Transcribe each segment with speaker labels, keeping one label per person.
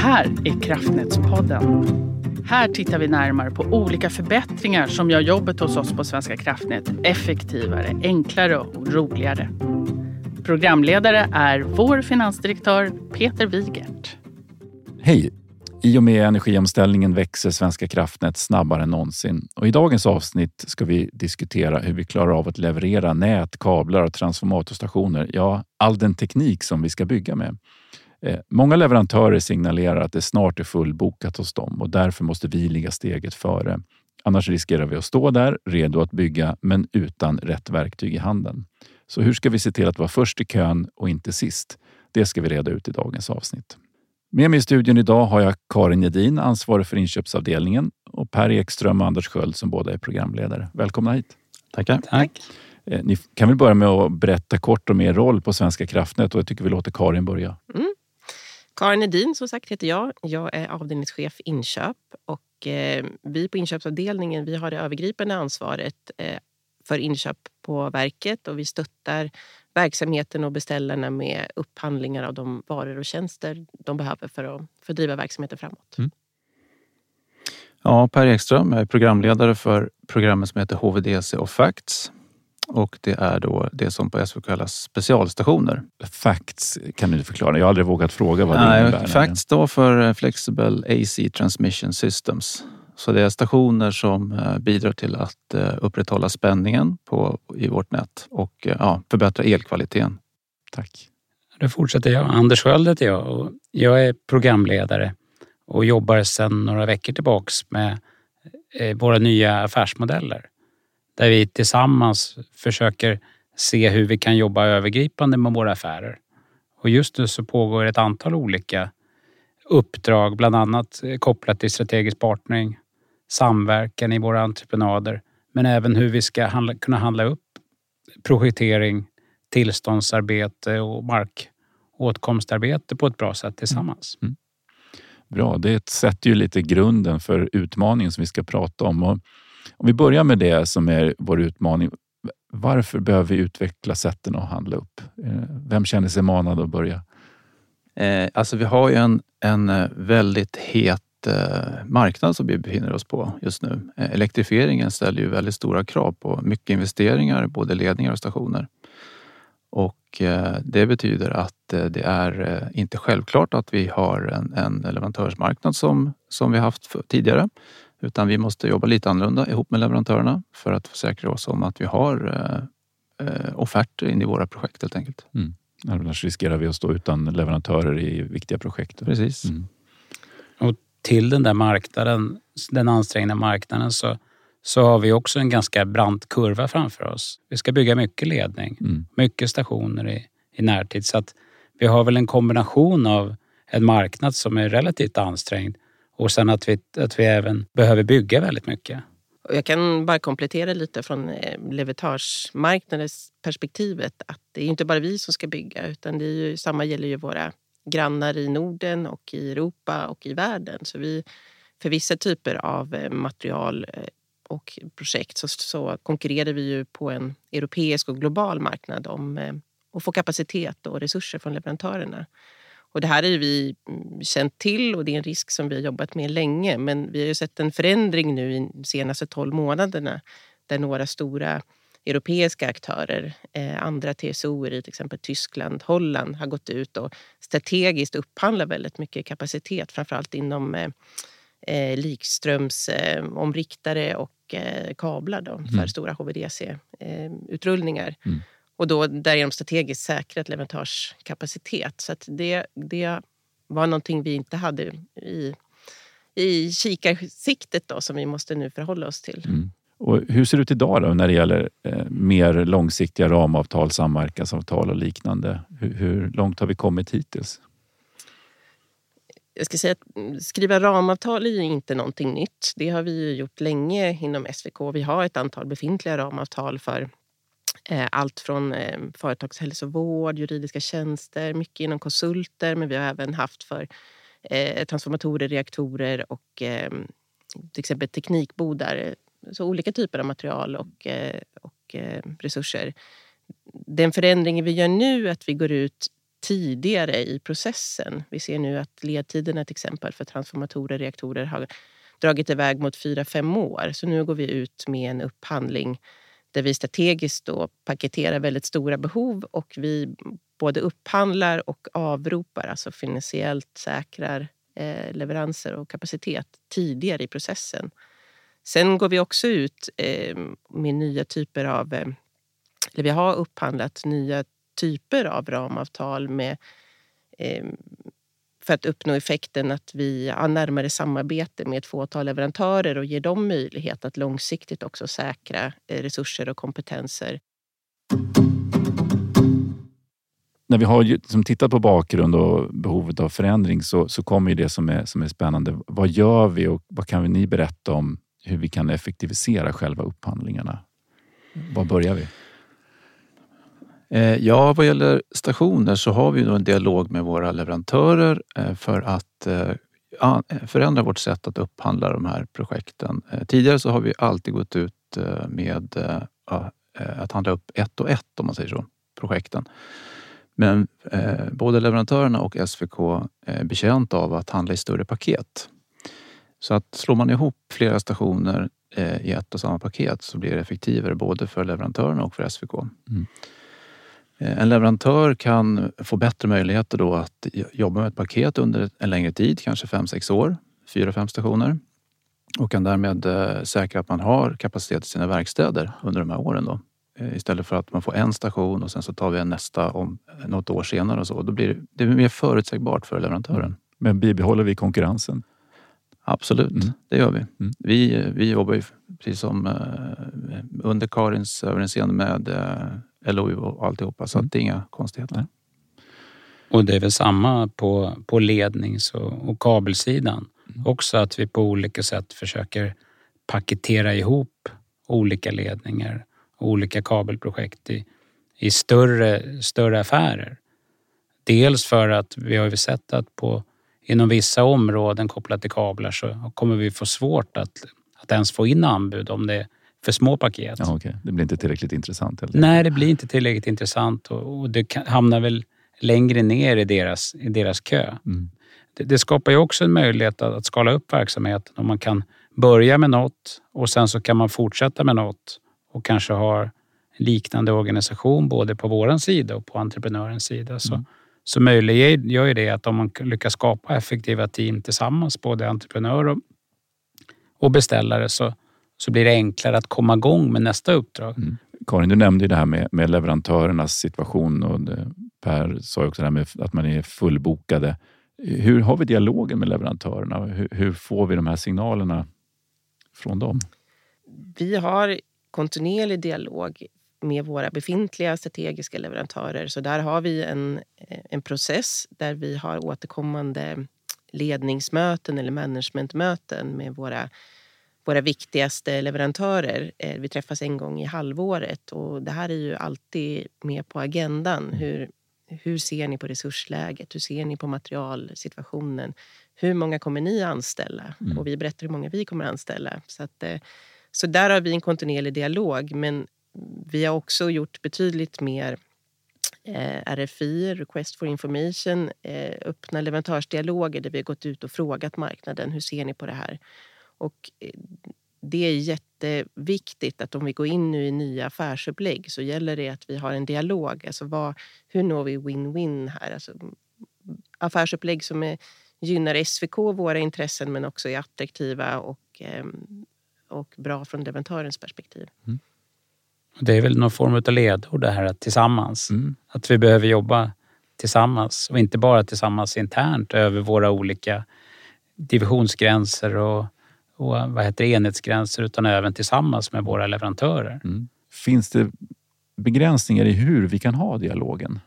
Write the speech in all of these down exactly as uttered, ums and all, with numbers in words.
Speaker 1: här är Kraftnätspodden. Här tittar vi närmare på olika förbättringar som gör jobbet hos oss på Svenska Kraftnät effektivare, enklare och roligare. Programledare är vår finansdirektör Peter Wigert.
Speaker 2: Hej! I och med energiomställningen växer Svenska Kraftnät snabbare än någonsin. Och i dagens avsnitt ska vi diskutera hur vi klarar av att leverera nät, kablar och transformatorstationer. Ja, all den teknik som vi ska bygga med. Eh, många leverantörer signalerar att det snart är fullbokat hos dem och därför måste vi ligga steget före. Annars riskerar vi att stå där, redo att bygga, men utan rätt verktyg i handen. Så hur ska vi se till att vara först i kön och inte sist? Det ska vi reda ut i dagens avsnitt. Med mig i studion idag har jag Karin Gedin, ansvarig för inköpsavdelningen, och Per Ekström och Anders Sköld som båda är programledare. Välkomna hit.
Speaker 3: Tackar.
Speaker 1: Tack.
Speaker 2: Eh, ni kan väl börja med att berätta kort om er roll på Svenska Kraftnät, och jag tycker vi låter Karin börja.
Speaker 4: Mm. Karin Gedin, som sagt, heter jag. Jag är avdelningschef inköp och eh, vi på inköpsavdelningen vi har det övergripande ansvaret eh, för inköp på verket, och vi stöttar verksamheten och beställarna med upphandlingar av de varor och tjänster de behöver för att, för att driva verksamheten framåt. Mm.
Speaker 3: Ja, Per Ekström, jag är programledare för programmet som heter H V D C och Facts. Och det är då det som på S V kallas specialstationer.
Speaker 2: Facts kan du förklara. Jag har aldrig vågat fråga vad det
Speaker 3: Nej,
Speaker 2: innebär.
Speaker 3: Facts står för Flexible A C Transmission Systems. Så det är stationer som bidrar till att upprätthålla spänningen på, i vårt nät och ja, förbättra elkvaliteten.
Speaker 2: Tack.
Speaker 5: Då fortsätter jag. Anders Sköld heter jag och jag är programledare och jobbar sedan några veckor tillbaks med våra nya affärsmodeller. Där vi tillsammans försöker se hur vi kan jobba övergripande med våra affärer. Och just nu så pågår ett antal olika uppdrag, bland annat kopplat till strategisk partnering, samverkan i våra entreprenader, men även hur vi ska handla, kunna handla upp projektering, tillståndsarbete och markåtkomstarbete på ett bra sätt tillsammans.
Speaker 2: Mm. Bra, det sätter ju lite grunden för utmaningen som vi ska prata om. Och om vi börjar med det som är vår utmaning, varför behöver vi utveckla sätten att handla upp? Vem känner sig manad att börja?
Speaker 3: Eh, alltså vi har ju en, en väldigt het marknad som vi befinner oss på just nu. Elektrifieringen ställer ju väldigt stora krav på mycket investeringar, både ledningar och stationer. Och det betyder att det är inte självklart att vi har en, en leverantörsmarknad som, som vi haft för, tidigare. Utan vi måste jobba lite annorlunda ihop med leverantörerna för att försäkra oss om att vi har eh, offerter in i våra projekt helt enkelt.
Speaker 2: Mm. Annars riskerar vi att stå utan leverantörer i viktiga projekt.
Speaker 3: Precis.
Speaker 2: Mm.
Speaker 5: Och till den där marknaden, den ansträngda marknaden, så, så har vi också en ganska brant kurva framför oss. Vi ska bygga mycket ledning, mm. mycket stationer i, i närtid. Så att vi har väl en kombination av en marknad som är relativt ansträngd och sen att vi, att vi även behöver bygga väldigt mycket.
Speaker 4: Jag kan bara komplettera lite från leverantörsmarknadens perspektivet att det är inte bara vi som ska bygga, utan det är ju, samma gäller ju våra grannar i Norden och i Europa och i världen. Så vi, för vissa typer av material och projekt så, så konkurrerar vi ju på en europeisk och global marknad om att få kapacitet och resurser från leverantörerna. Och det här är ju vi känt till och det är en risk som vi har jobbat med länge. Men vi har ju sett en förändring nu i de senaste tolv månaderna där några stora europeiska aktörer, eh, andra T S O-er i till exempel Tyskland, Holland har gått ut och strategiskt upphandlar väldigt mycket kapacitet, framförallt inom eh, likströms eh, omriktare och eh, kablar då, för mm. stora H V D C-utrullningar. Eh, mm. Och då därigenom strategiskt säkrat leverantörskapacitet. Så att det, det var någonting vi inte hade i, i kikarsiktet då, som vi måste nu förhålla oss till.
Speaker 2: Mm. Och hur ser det ut idag då när det gäller eh, mer långsiktiga ramavtal, samverkansavtal och liknande? Hur, hur långt har vi kommit hittills?
Speaker 4: Jag ska säga att skriva ramavtal är ju inte någonting nytt. Det har vi ju gjort länge inom S V K. Vi har ett antal befintliga ramavtal för eh, allt från eh, företagshälsovård, juridiska tjänster, mycket inom konsulter. Men vi har även haft för eh, transformatorer, reaktorer och eh, till exempel teknikbodar. Så olika typer av material och, och resurser. Den förändringen vi gör nu är att vi går ut tidigare i processen. Vi ser nu att ledtiderna till exempel för transformatorer och reaktorer har dragit iväg mot fyra fem år. Så nu går vi ut med en upphandling där vi strategiskt då paketerar väldigt stora behov och vi både upphandlar och avropar, alltså finansiellt säkrar eh, leveranser och kapacitet tidigare i processen. Sen går vi också ut eh, med nya typer av, eh, eller vi har upphandlat nya typer av ramavtal med, eh, för att uppnå effekten att vi har närmare samarbete med ett fåtal leverantörer och ger dem möjlighet att långsiktigt också säkra eh, resurser och kompetenser.
Speaker 2: När vi har ju, som tittat på bakgrund och behovet av förändring så, så kommer ju det som är, som är spännande. Vad gör vi och vad kan ni berätta om hur vi kan effektivisera själva upphandlingarna? Var börjar vi?
Speaker 3: Ja, vad gäller stationer så har vi då en dialog med våra leverantörer för att förändra vårt sätt att upphandla de här projekten. Tidigare så har vi alltid gått ut med att handla upp ett och ett, om man säger så, projekten. Men både leverantörerna och S V K är betjänt av att handla i större paket. Så att slår man ihop flera stationer i ett och samma paket så blir det effektivare både för leverantörerna och för S V K. Mm. En leverantör kan få bättre möjligheter då att jobba med ett paket under en längre tid, kanske fem sex år, fyra fem stationer. Och kan därmed säkra att man har kapacitet i sina verkstäder under de här åren då. Istället för att man får en station och sen så tar vi en nästa om något år senare och så. Då blir det, det är mer förutsägbart för leverantören. Mm.
Speaker 2: Men bibehåller vi konkurrensen?
Speaker 3: Absolut, mm. det gör vi. Mm. Vi, vi jobbar ju precis som eh, under Karins överinseende med eh, L O U och alltihopa, så mm. att det är inga konstigheter. Nej.
Speaker 5: Och det är väl samma på, på lednings- och, och kabelsidan. Mm. Också att vi på olika sätt försöker paketera ihop olika ledningar och olika kabelprojekt i, i större, större affärer. Dels för att vi har ju sett att på inom vissa områden kopplat till kablar så kommer vi få svårt att, att ens få in anbud om det är för små paket.
Speaker 2: Ja, okay. Det blir inte tillräckligt intressant. Eller?
Speaker 5: Nej, det blir inte tillräckligt intressant och, och det kan, hamnar väl längre ner i deras, i deras kö. Mm. Det, det skapar ju också en möjlighet att, att skala upp verksamheten om man kan börja med något och sen så kan man fortsätta med något och kanske ha en liknande organisation både på våran sida och på entreprenörens sida. Så, mm. så möjliggör ju det att om man lyckas skapa effektiva team tillsammans, både entreprenör och, och beställare, så, så blir det enklare att komma igång med nästa uppdrag.
Speaker 2: Mm. Karin, du nämnde ju det här med, med leverantörernas situation och det, Per sa ju också det här med att man är fullbokade. Hur har vi dialogen med leverantörerna? Hur, hur får vi de här signalerna från dem?
Speaker 4: Vi har kontinuerlig dialog med våra befintliga strategiska leverantörer. Så där har vi en, en process där vi har återkommande ledningsmöten eller managementmöten med våra, våra viktigaste leverantörer. Vi träffas en gång i halvåret och det här är ju alltid med på agendan. Hur, hur ser ni på resursläget? Hur ser ni på materialsituationen? Hur många kommer ni anställa? Mm. Och vi berättar hur många vi kommer anställa. Så, att, så där har vi en kontinuerlig dialog, men vi har också gjort betydligt mer eh, R F I, Request for Information, eh, öppna leverantörsdialoger där vi har gått ut och frågat marknaden, hur ser ni på det här? Och eh, det är jätteviktigt att om vi går in nu i nya affärsupplägg så gäller det att vi har en dialog. Alltså vad, hur når vi win-win här? Alltså, affärsupplägg som är, gynnar S V K, våra intressen, men också är attraktiva och, eh, och bra från leverantörens perspektiv.
Speaker 5: Mm. Det är väl någon form av ledord det här att tillsammans. Mm. Att vi behöver jobba tillsammans och inte bara tillsammans internt över våra olika divisionsgränser och, och vad heter det, enhetsgränser, utan även tillsammans med våra leverantörer.
Speaker 2: Mm. Finns det begränsningar i hur vi kan ha dialogen?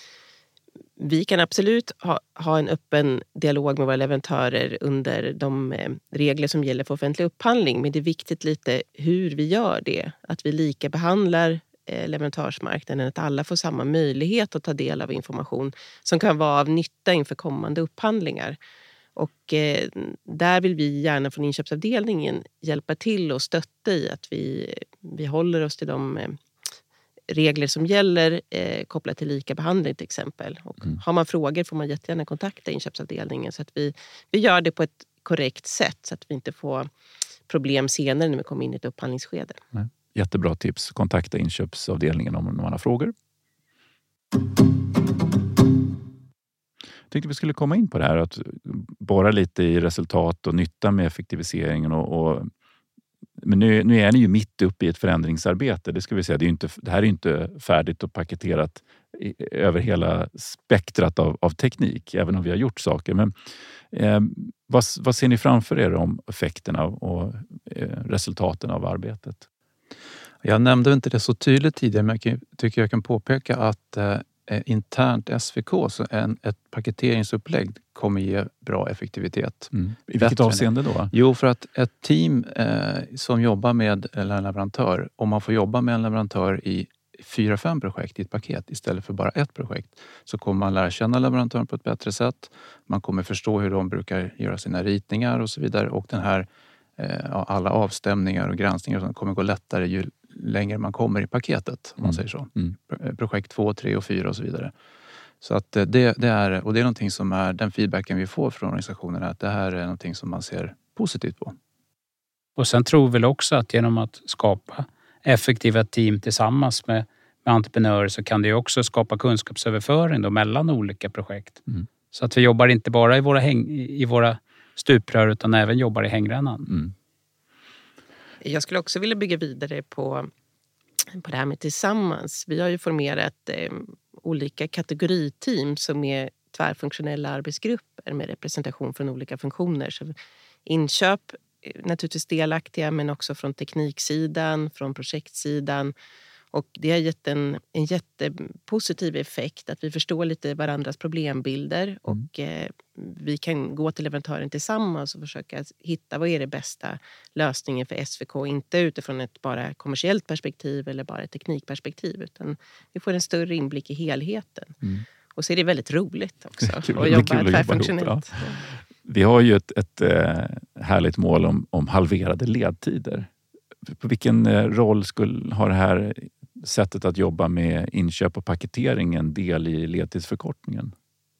Speaker 4: Vi kan absolut ha, ha en öppen dialog med våra leverantörer under de eh, regler som gäller för offentlig upphandling. Men det är viktigt lite hur vi gör det. Att vi lika behandlar eh, leverantörsmarknaden. Att alla får samma möjlighet att ta del av information som kan vara av nytta inför kommande upphandlingar. Och eh, där vill vi gärna från inköpsavdelningen hjälpa till och stötta i att vi, vi håller oss till de... Eh, regler som gäller eh, kopplat till lika behandling till exempel. Och mm. har man frågor får man jättegärna kontakta inköpsavdelningen så att vi, vi gör det på ett korrekt sätt så att vi inte får problem senare när vi kommer in i ett upphandlingsskede.
Speaker 2: Nej. Jättebra tips. Kontakta inköpsavdelningen om man har frågor. Jag tänkte vi skulle komma in på det här att borra lite i resultat och nytta med effektiviseringen och, och men nu, nu är ni ju mitt uppe i ett förändringsarbete. Det ska vi säga. Det, är inte, det här är inte färdigt och paketerat i, över hela spektrat av, av teknik, även om vi har gjort saker. Men eh, vad, vad ser ni framför er om effekterna och eh, resultaten av arbetet?
Speaker 3: Jag nämnde inte det så tydligt tidigare, men jag tycker jag kan påpeka att eh, internt S V K, så en, ett paketeringsupplägg kommer ge bra effektivitet.
Speaker 2: Mm. I vilket avseende då?
Speaker 3: Jo, för att ett team eh, som jobbar med en leverantör, om man får jobba med en leverantör i fyra, fem projekt i ett paket istället för bara ett projekt, så kommer man lära känna leverantören på ett bättre sätt. Man kommer förstå hur de brukar göra sina ritningar och så vidare. Och den här, eh, alla avstämningar och granskningar som kommer gå lättare ju längre man kommer i paketet, om man
Speaker 2: mm.
Speaker 3: säger så.
Speaker 2: Mm.
Speaker 3: Projekt två, tre och fyra och så vidare. Så att det, det är, och det är någonting som är, den feedbacken vi får från organisationen är att det här är någonting som man ser positivt på.
Speaker 5: Och sen tror vi väl också att genom att skapa effektiva team tillsammans med, med entreprenörer så kan det ju också skapa kunskapsöverföring då mellan olika projekt. Mm. Så att vi jobbar inte bara i våra, häng, i våra stuprör utan även jobbar i hängrännan.
Speaker 2: Mm.
Speaker 4: Jag skulle också vilja bygga vidare på, på det här med tillsammans. Vi har ju formerat eh, olika kategoriteam som är tvärfunktionella arbetsgrupper med representation från olika funktioner. Så inköp naturligtvis delaktiga, men också från tekniksidan, från projektsidan. Och det har gett en, en jättepositiv effekt att vi förstår lite varandras problembilder mm. och eh, vi kan gå till leverantören tillsammans och försöka hitta vad är det bästa lösningen för S V K. Inte utifrån ett bara kommersiellt perspektiv eller bara ett teknikperspektiv, utan vi får en större inblick i helheten. Mm. Och så är det väldigt roligt också
Speaker 2: kul,
Speaker 4: att jobba tvärfunktionellt.
Speaker 2: Ja. Vi har ju ett, ett äh, härligt mål om, om halverade ledtider. På vilken roll skulle, har det här sättet att jobba med inköp och paketering en del i ledtidsförkortningen?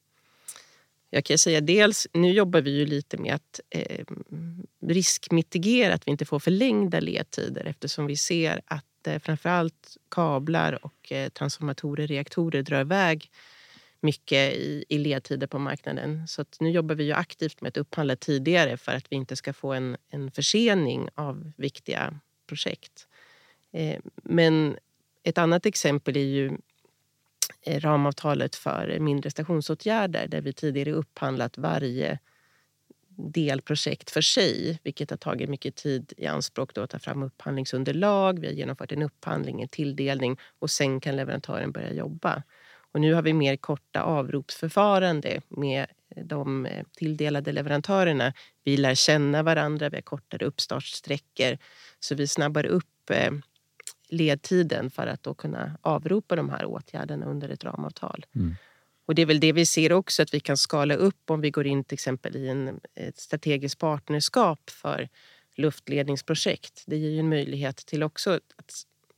Speaker 4: Jag kan säga dels, nu jobbar vi ju lite med att eh, riskmitigera att vi inte får förlängda ledtider eftersom vi ser att eh, framförallt kablar och eh, transformatorer, reaktorer drar iväg mycket i, i ledtider på marknaden. Så att nu jobbar vi ju aktivt med att upphandla tidigare för att vi inte ska få en, en försening av viktiga projekt. Eh, men ett annat exempel är ju eh, ramavtalet för mindre stationsåtgärder där vi tidigare upphandlat varje delprojekt för sig, vilket har tagit mycket tid i anspråk då att ta fram upphandlingsunderlag. Vi har genomfört en upphandling, en tilldelning och sen kan leverantören börja jobba. Och nu har vi mer korta avropsförfarande med de tilldelade leverantörerna. Vi lär känna varandra, vi har kortare uppstartsträckor. Så vi snabbar upp ledtiden för att då kunna avropa de här åtgärderna under ett ramavtal. Mm. Och det är väl det vi ser också, att vi kan skala upp om vi går in till exempel i en, ett strategiskt partnerskap för luftledningsprojekt. Det ger ju en möjlighet till också att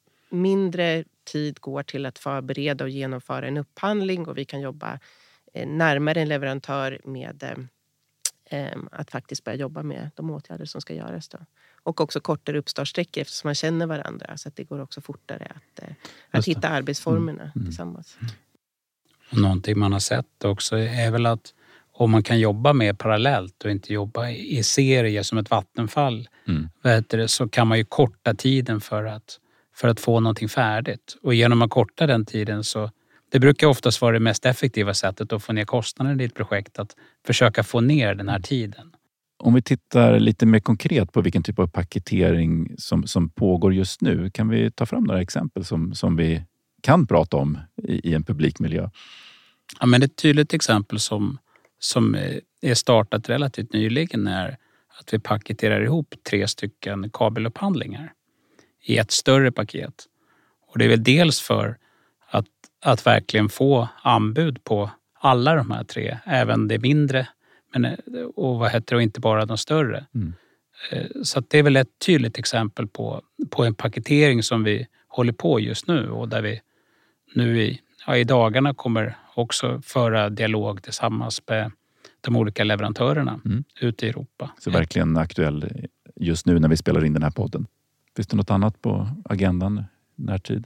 Speaker 4: mindre tid går till att förbereda och genomföra en upphandling och vi kan jobba närmare en leverantör med eh, att faktiskt börja jobba med de åtgärder som ska göras då. Och också kortare uppstartsträckor eftersom man känner varandra så att det går också fortare att, eh, att hitta arbetsformerna mm. Mm. tillsammans.
Speaker 5: Och någonting man har sett också är väl att om man kan jobba mer parallellt och inte jobba i serie som ett vattenfall mm. vet du, så kan man ju korta tiden för att för att få någonting färdigt. Och genom att korta den tiden så det brukar oftast vara det mest effektiva sättet att få ner kostnaden i ett projekt, att försöka få ner den här tiden.
Speaker 2: Om vi tittar lite mer konkret på vilken typ av paketering som, som pågår just nu, kan vi ta fram några exempel som, som vi kan prata om i, i en publikmiljö?
Speaker 5: Ja, men ett tydligt exempel som, som är startat relativt nyligen är att vi paketerar ihop tre stycken kabelupphandlingar i ett större paket. Och det är väl dels för att, att verkligen få anbud på alla de här tre, även det mindre men, och vad heter det, och inte bara de större. Mm. Så att det är väl ett tydligt exempel på, på en paketering som vi håller på just nu och där vi nu i, ja, i dagarna kommer också föra dialog tillsammans med de olika leverantörerna mm. ute i Europa.
Speaker 2: Så verkligen aktuell just nu när vi spelar in den här podden. Finns det något annat på agendan närtid?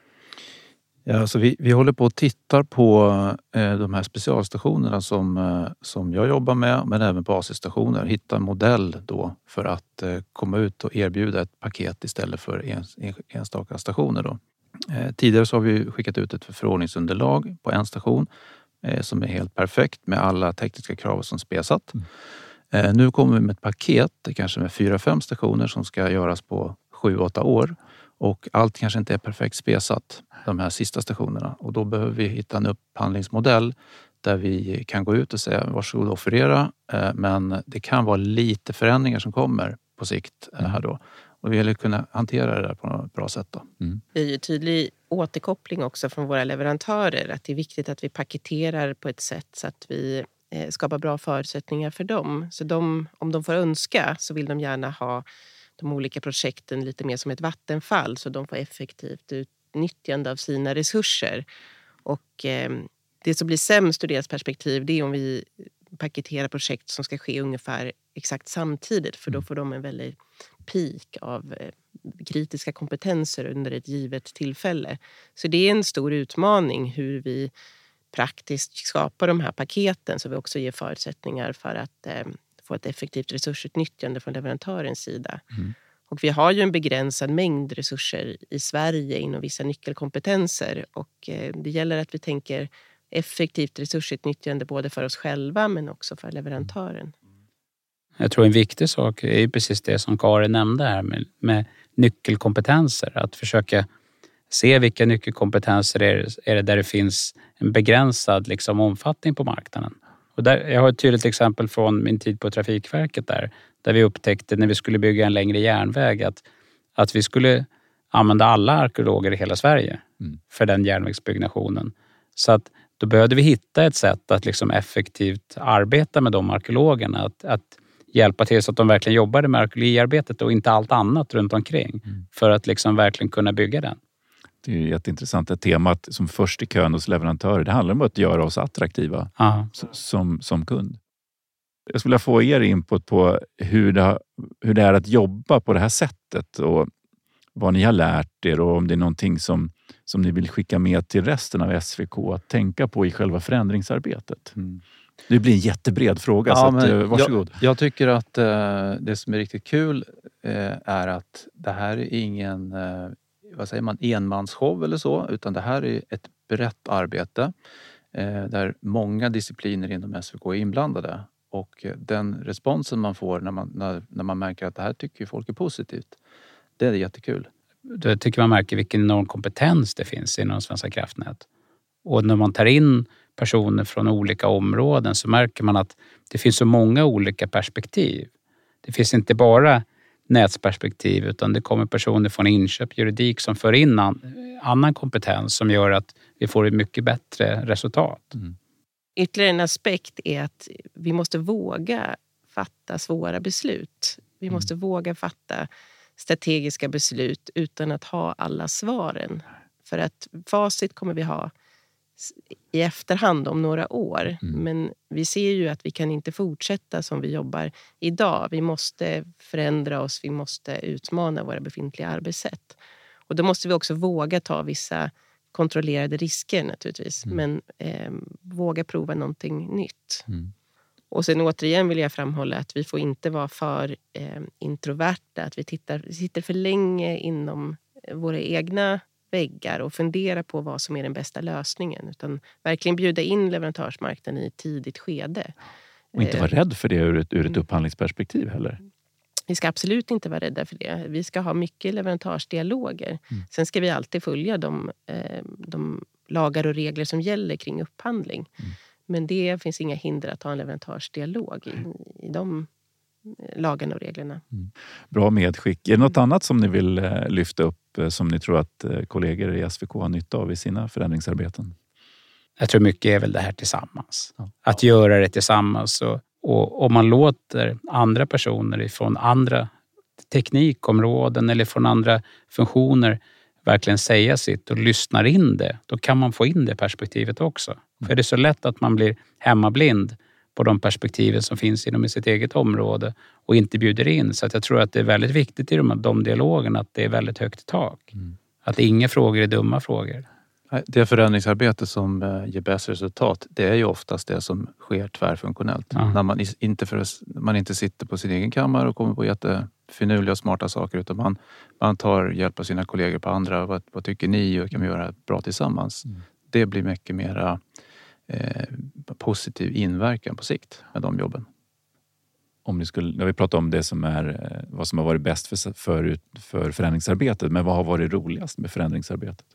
Speaker 3: Ja, så vi, vi håller på att titta på eh, de här specialstationerna som, eh, som jag jobbar med, men även på A C-stationer. Hitta en modell då för att eh, komma ut och erbjuda ett paket istället för en, en, enstaka stationer. Då. Eh, tidigare så har vi skickat ut ett förfrågningsunderlag på en station eh, som är helt perfekt med alla tekniska krav som spesat. Mm. Eh, nu kommer vi med ett paket, kanske med fyra, fem stationer som ska göras på sju, åtta år. Och allt kanske inte är perfekt spesat, de här sista stationerna. Och då behöver vi hitta en upphandlingsmodell där vi kan gå ut och säga varsågod och offerera. Men det kan vara lite förändringar som kommer på sikt här då. Och vi vill kunna hantera det där på något bra sätt då.
Speaker 4: Mm. Det är ju tydlig återkoppling också från våra leverantörer. Att det är viktigt att vi paketerar på ett sätt så att vi skapar bra förutsättningar för dem. Så de, om de får önska så vill de gärna ha de olika projekten lite mer som ett vattenfall så de får effektivt utnyttjande av sina resurser. Och eh, det som blir sämst ur deras perspektiv det är om vi paketerar projekt som ska ske ungefär exakt samtidigt för då får de en väldigt peak av eh, kritiska kompetenser under ett givet tillfälle. Så det är en stor utmaning hur vi praktiskt skapar de här paketen så vi också ger förutsättningar för att eh, få ett effektivt resursutnyttjande från leverantörens sida. Mm. Och vi har ju en begränsad mängd resurser i Sverige inom vissa nyckelkompetenser och eh, det gäller att vi tänker effektivt resursutnyttjande både för oss själva men också för leverantören.
Speaker 5: Jag tror en viktig sak är ju precis det som Karin nämnde här med, med nyckelkompetenser. Att försöka se vilka nyckelkompetenser är det, är det där det finns en begränsad liksom, omfattning på marknaden. Och där, jag har ett tydligt exempel från min tid på Trafikverket där, där vi upptäckte när vi skulle bygga en längre järnväg att, att vi skulle använda alla arkeologer i hela Sverige mm. för den järnvägsbyggnationen. Så att då behövde vi hitta ett sätt att liksom effektivt arbeta med de arkeologerna, att, att hjälpa till så att de verkligen jobbade med arkeologiarbetet och inte allt annat runt omkring mm. för att liksom verkligen kunna bygga den.
Speaker 2: Det är jätteintressant. Det temat som först i kön hos leverantörer. Det handlar om att göra oss attraktiva som, som kund. Jag skulle vilja få er input på hur det, hur det är att jobba på det här sättet. Och vad ni har lärt er och om det är någonting som, som ni vill skicka med till resten av S V K att tänka på i själva förändringsarbetet. Mm. Det blir en jättebred fråga ja, så att, varsågod.
Speaker 3: Jag, jag tycker att eh, det som är riktigt kul eh, är att det här är ingen... Eh, vad säger man, enmansshow eller så, utan det här är ett brett arbete eh, där många discipliner inom S V K är inblandade och den responsen man får när man, när, när man märker att det här tycker folk är positivt, det är jättekul.
Speaker 5: Då tycker man märker vilken enorm kompetens det finns inom Svenska kraftnät. Och när man tar in personer från olika områden så märker man att det finns så många olika perspektiv. Det finns inte bara nätsperspektiv utan det kommer personer från inköp, juridik som för in an, annan kompetens som gör att vi får ett mycket bättre resultat. Mm.
Speaker 4: Ytterligare en aspekt är att vi måste våga fatta svåra beslut. Vi mm. måste våga fatta strategiska beslut utan att ha alla svaren. För att facit kommer vi ha i efterhand om några år. Mm. Men vi ser ju att vi kan inte fortsätta som vi jobbar idag. Vi måste förändra oss, vi måste utmana våra befintliga arbetssätt. Och då måste vi också våga ta vissa kontrollerade risker naturligtvis. Mm. Men eh, våga prova någonting nytt. Mm. Och sen återigen vill jag framhålla att vi får inte vara för eh, introverta. Att vi tittar, sitter för länge inom våra egna väggar och fundera på vad som är den bästa lösningen. Utan verkligen bjuda in leverantörsmarknaden i ett tidigt skede.
Speaker 2: Och inte vara rädd för det ur ett, ur ett upphandlingsperspektiv heller.
Speaker 4: Vi ska absolut inte vara rädda för det. Vi ska ha mycket leverantörsdialoger. Mm. Sen ska vi alltid följa de, de lagar och regler som gäller kring upphandling. Mm. Men det finns inga hinder att ha en leverantörsdialog i, i de lagarna och reglerna. Mm.
Speaker 2: Bra medskick. Är det något annat som ni vill eh, lyfta upp eh, som ni tror att eh, kollegor i S V K har nytta av i sina förändringsarbeten?
Speaker 5: Jag tror mycket är väl det här tillsammans. Ja. Att göra det tillsammans. Och, och om man låter andra personer från andra teknikområden eller från andra funktioner verkligen säga sitt och lyssnar in det, då kan man få in det perspektivet också. Mm. För det är så lätt att man blir hemmablind på de perspektiven som finns inom sitt eget område och inte bjuder in. Så att jag tror att det är väldigt viktigt i de, de dialogerna att det är väldigt högt i tak. Mm. Att inga frågor är dumma frågor.
Speaker 3: Det förändringsarbete som ger bäst resultat, det är ju oftast det som sker tvärfunktionellt. Ja. När man inte, för, man inte sitter på sin egen kammare och kommer på jättefinurliga och smarta saker, utan man, man tar hjälp av sina kollegor på andra. Vad, vad tycker ni och kan vi göra bra tillsammans? Mm. Det blir mycket mera eh, positiv inverkan på sikt med de jobben.
Speaker 2: Om ni skulle, när vi pratar om det som är, vad som har varit bäst för, för, för förändringsarbetet, men vad har varit roligast med förändringsarbetet?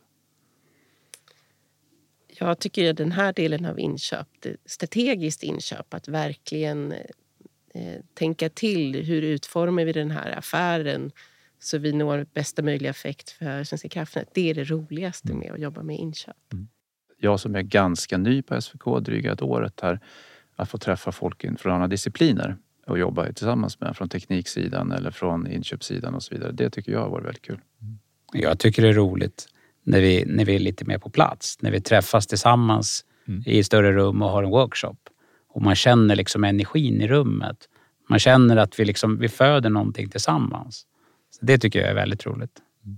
Speaker 4: Jag tycker att den här delen av inköp, strategiskt inköp, att verkligen eh, tänka till hur utformar vi den här affären så vi når bästa möjliga effekt för Svenska kraftnät. Det är det roligaste med att jobba med inköp. Mm.
Speaker 3: Jag som är ganska ny på S V K, dryga ett året här, att få träffa folk från andra discipliner och jobba tillsammans med från tekniksidan eller från inköpssidan och så vidare. Det tycker jag har varit väldigt kul.
Speaker 5: Mm. Jag tycker det är roligt när vi, när vi är lite mer på plats. När vi träffas tillsammans mm. i större rum och har en workshop. Och man känner liksom energin i rummet. Man känner att vi, liksom, vi föder någonting tillsammans. Så det tycker jag är väldigt roligt. Mm.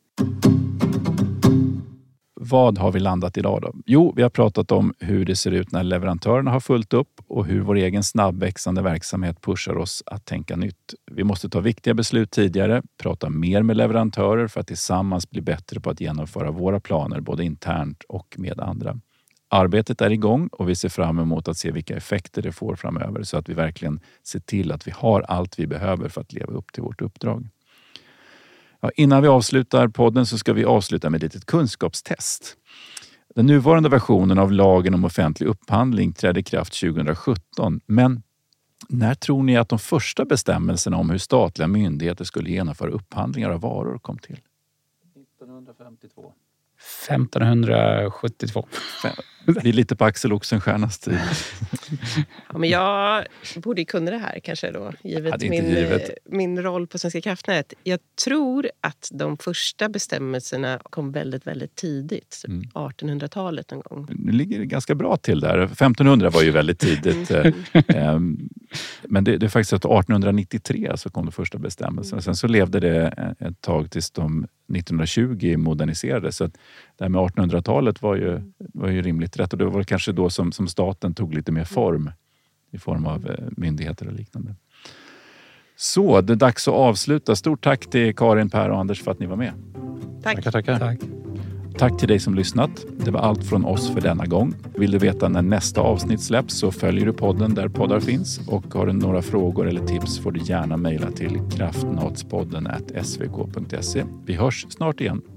Speaker 2: Vad har vi landat idag då? Jo, vi har pratat om hur det ser ut när leverantörerna har fullt upp och hur vår egen snabbväxande verksamhet pushar oss att tänka nytt. Vi måste ta viktiga beslut tidigare, prata mer med leverantörer för att tillsammans bli bättre på att genomföra våra planer både internt och med andra. Arbetet är igång och vi ser fram emot att se vilka effekter det får framöver så att vi verkligen ser till att vi har allt vi behöver för att leva upp till vårt uppdrag. Ja, innan vi avslutar podden så ska vi avsluta med ett litet kunskapstest. Den nuvarande versionen av lagen om offentlig upphandling trädde i kraft tjugohundrasjutton. Men när tror ni att de första bestämmelserna om hur statliga myndigheter skulle genomföra upphandlingar av varor kom till?
Speaker 3: nittonhundrafemtiotvå.
Speaker 5: femtonhundrasjuttiotvå.
Speaker 2: Det är lite på Axel Oxenstiernas tid.
Speaker 4: Ja, men jag borde kunna det här kanske då, givet,
Speaker 2: ja,
Speaker 4: min,
Speaker 2: givet
Speaker 4: min roll på Svenska kraftnät. Jag tror att de första bestämmelserna kom väldigt, väldigt tidigt. Mm. artonhundratalet någon gång.
Speaker 2: Nu ligger det ganska bra till där. femtonhundra var ju väldigt tidigt. Mm. Men det, det är faktiskt att artonhundranittiotre så kom de första bestämmelserna. Mm. Sen så levde det ett tag tills de nittonhundratjugo moderniserades. Så att det här med artonhundratalet var ju, var ju rimligt rätt. Och det var kanske då som, som staten tog lite mer form i form av eh, myndigheter och liknande. Så, det är dags att avsluta. Stort tack till Karin, Per och Anders för att ni var med.
Speaker 4: Tack.
Speaker 3: Tackar, tackar.
Speaker 5: Tack.
Speaker 2: Tack till dig som lyssnat. Det var allt från oss för denna gång. Vill du veta när nästa avsnitt släpps så följer du podden där poddar finns. Och har du några frågor eller tips får du gärna mejla till kraftnatspodden at svk punkt se. Vi hörs snart igen.